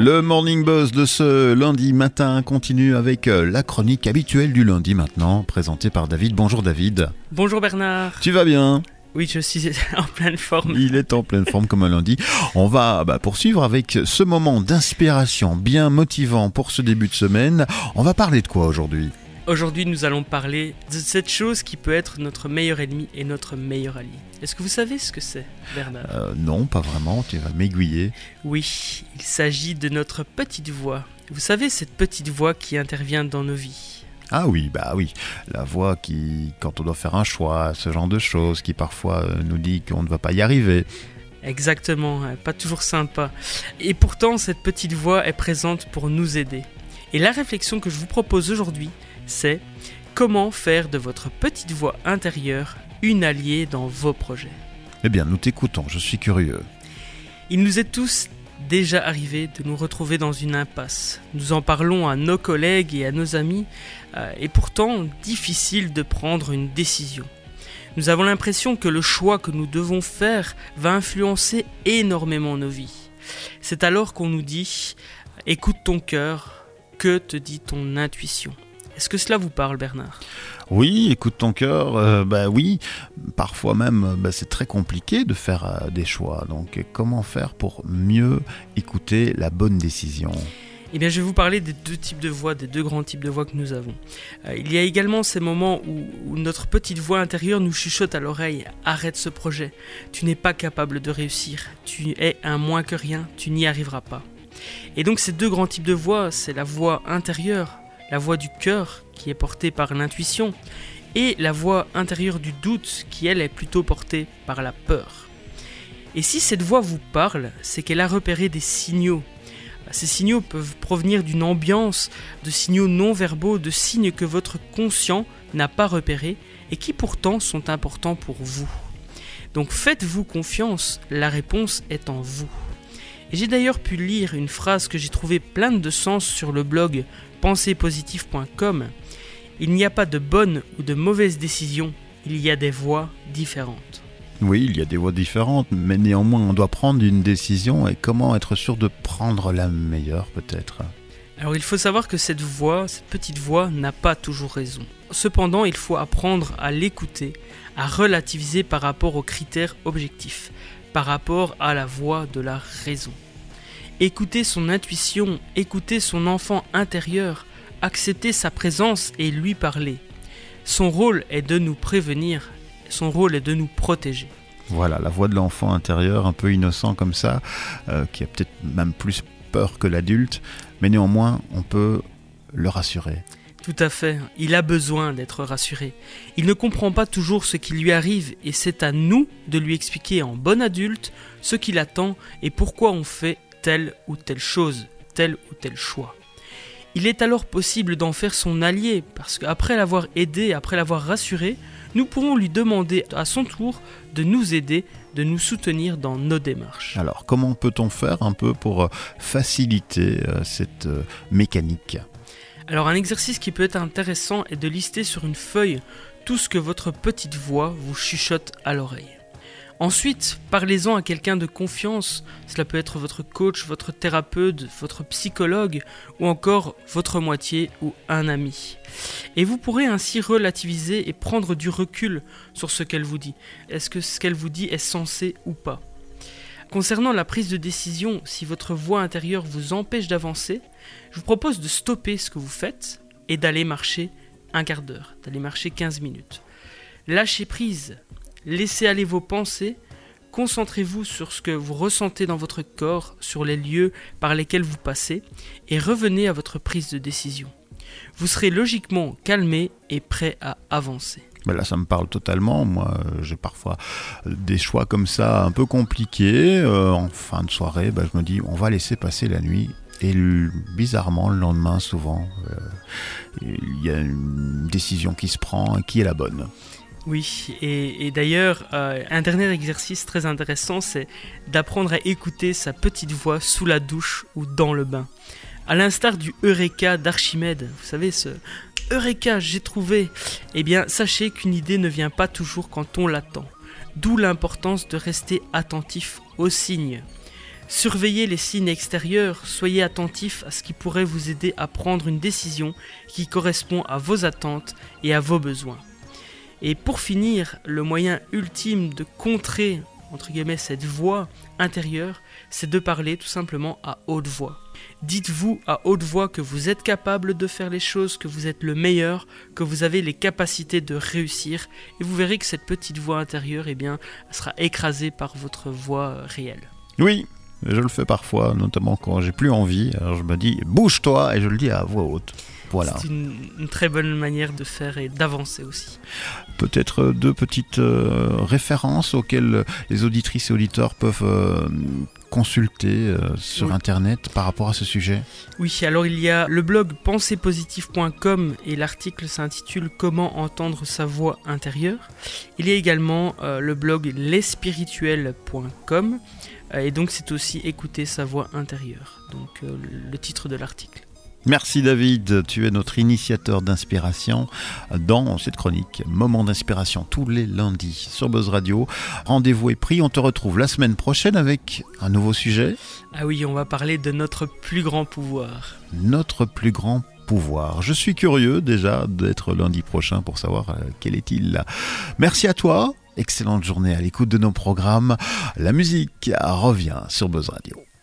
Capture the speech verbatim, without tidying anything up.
Le Morning Buzz de ce lundi matin continue avec la chronique habituelle du lundi maintenant, présentée par David. Bonjour David. Bonjour Bernard. Tu vas bien ? Oui, je suis en pleine forme. Il est en pleine forme comme un lundi. On va bah, poursuivre avec ce moment d'inspiration bien motivant pour ce début de semaine. On va parler de quoi aujourd'hui ? Aujourd'hui, nous allons parler de cette chose qui peut être notre meilleur ennemi et notre meilleur allié. Est-ce que vous savez ce que c'est, Bernard ? euh, Non, pas vraiment, tu vas m'aiguiller. Oui, il s'agit de notre petite voix. Vous savez, cette petite voix qui intervient dans nos vies. Ah oui, bah oui, la voix qui, quand on doit faire un choix, ce genre de choses, qui parfois euh, nous dit qu'on ne va pas y arriver. Exactement, pas toujours sympa. Et pourtant, cette petite voix est présente pour nous aider. Et la réflexion que je vous propose aujourd'hui, c'est comment faire de votre petite voix intérieure une alliée dans vos projets. Eh bien, nous t'écoutons, je suis curieux. Il nous est tous déjà arrivé de nous retrouver dans une impasse. Nous en parlons à nos collègues et à nos amis, euh, et pourtant difficile de prendre une décision. Nous avons l'impression que le choix que nous devons faire va influencer énormément nos vies. C'est alors qu'on nous dit « Écoute ton cœur, que te dit ton intuition ?» Est-ce que cela vous parle, Bernard ? Oui, écoute ton cœur, euh, bah oui, parfois même bah, c'est très compliqué de faire euh, des choix. Donc comment faire pour mieux écouter la bonne décision ? Eh bien, je vais vous parler des deux types de voix, des deux grands types de voix que nous avons. Euh, il y a également ces moments où, où notre petite voix intérieure nous chuchote à l'oreille « Arrête ce projet, tu n'es pas capable de réussir, tu es un moins que rien, tu n'y arriveras pas. » Et donc ces deux grands types de voix, c'est la voix intérieure, la voix du cœur qui est portée par l'intuition et la voix intérieure du doute qui elle est plutôt portée par la peur. Et si cette voix vous parle, c'est qu'elle a repéré des signaux. Ces signaux peuvent provenir d'une ambiance, de signaux non-verbaux, de signes que votre conscient n'a pas repérés et qui pourtant sont importants pour vous. Donc faites-vous confiance, la réponse est en vous. Et j'ai d'ailleurs pu lire une phrase que j'ai trouvée pleine de sens sur le blog pensée positive point com. Il n'y a pas de bonne ou de mauvaise décision, il y a des voies différentes. Oui, il y a des voies différentes, mais néanmoins on doit prendre une décision et comment être sûr de prendre la meilleure peut-être ? Alors il faut savoir que cette voix, cette petite voix n'a pas toujours raison. Cependant, il faut apprendre à l'écouter, à relativiser par rapport aux critères objectifs, par rapport à la voix de la raison. Écouter son intuition, écouter son enfant intérieur, accepter sa présence et lui parler. Son rôle est de nous prévenir, son rôle est de nous protéger. Voilà, la voix de l'enfant intérieur, un peu innocent comme ça, euh, qui a peut-être même plus peur que l'adulte, mais néanmoins, on peut le rassurer. Tout à fait, il a besoin d'être rassuré. Il ne comprend pas toujours ce qui lui arrive et c'est à nous de lui expliquer en bon adulte ce qu'il attend et pourquoi on fait telle ou telle chose, tel ou tel choix. Il est alors possible d'en faire son allié parce qu'après l'avoir aidé, après l'avoir rassuré, nous pourrons lui demander à son tour de nous aider, de nous soutenir dans nos démarches. Alors, comment peut-on faire un peu pour faciliter euh, cette euh, mécanique ? Alors, un exercice qui peut être intéressant est de lister sur une feuille tout ce que votre petite voix vous chuchote à l'oreille. Ensuite, parlez-en à quelqu'un de confiance, cela peut être votre coach, votre thérapeute, votre psychologue ou encore votre moitié ou un ami. Et vous pourrez ainsi relativiser et prendre du recul sur ce qu'elle vous dit. Est-ce que ce qu'elle vous dit est sensé ou pas ? Concernant la prise de décision, si votre voix intérieure vous empêche d'avancer, je vous propose de stopper ce que vous faites et d'aller marcher un quart d'heure, d'aller marcher quinze minutes. Lâchez prise. Laissez aller vos pensées, concentrez-vous sur ce que vous ressentez dans votre corps, sur les lieux par lesquels vous passez, et revenez à votre prise de décision. Vous serez logiquement calmé et prêt à avancer. Ben là, ça me parle totalement. Moi, j'ai parfois des choix comme ça un peu compliqués. Euh, en fin de soirée, ben, je me dis, on va laisser passer la nuit. Et le, bizarrement, le lendemain, souvent, euh, il y a une décision qui se prend et qui est la bonne. Oui, et, et d'ailleurs, euh, un dernier exercice très intéressant, c'est d'apprendre à écouter sa petite voix sous la douche ou dans le bain. À l'instar du Eureka d'Archimède, vous savez, ce Eureka, j'ai trouvé. Eh bien, sachez qu'une idée ne vient pas toujours quand on l'attend. D'où l'importance de rester attentif aux signes. Surveillez les signes extérieurs, soyez attentifs à ce qui pourrait vous aider à prendre une décision qui correspond à vos attentes et à vos besoins. Et pour finir, le moyen ultime de contrer, entre guillemets, cette voix intérieure, c'est de parler tout simplement à haute voix. Dites-vous à haute voix que vous êtes capable de faire les choses, que vous êtes le meilleur, que vous avez les capacités de réussir, et vous verrez que cette petite voix intérieure, eh bien, sera écrasée par votre voix réelle. Oui, je le fais parfois, notamment quand j'ai plus envie. Alors je me dis « bouge-toi » et je le dis à voix haute. Voilà. C'est une, une très bonne manière de faire et d'avancer aussi. Peut-être deux petites euh, références auxquelles les auditrices et auditeurs peuvent euh, consulter euh, sur oui. Internet par rapport à ce sujet. Oui, alors il y a le blog pensée positive point com et l'article s'intitule « Comment entendre sa voix intérieure ». Il y a également euh, le blog les spirituels point com euh, et donc c'est aussi « Écouter sa voix intérieure », donc euh, le titre de l'article. Merci David, tu es notre initiateur d'inspiration dans cette chronique Moment d'inspiration tous les lundis sur Buzz Radio. Rendez-vous est pris, on te retrouve la semaine prochaine avec un nouveau sujet. Ah oui, on va parler de notre plus grand pouvoir. Notre plus grand pouvoir. Je suis curieux déjà d'être lundi prochain pour savoir euh, quel est-il. Merci à toi, excellente journée à l'écoute de nos programmes. La musique revient sur Buzz Radio.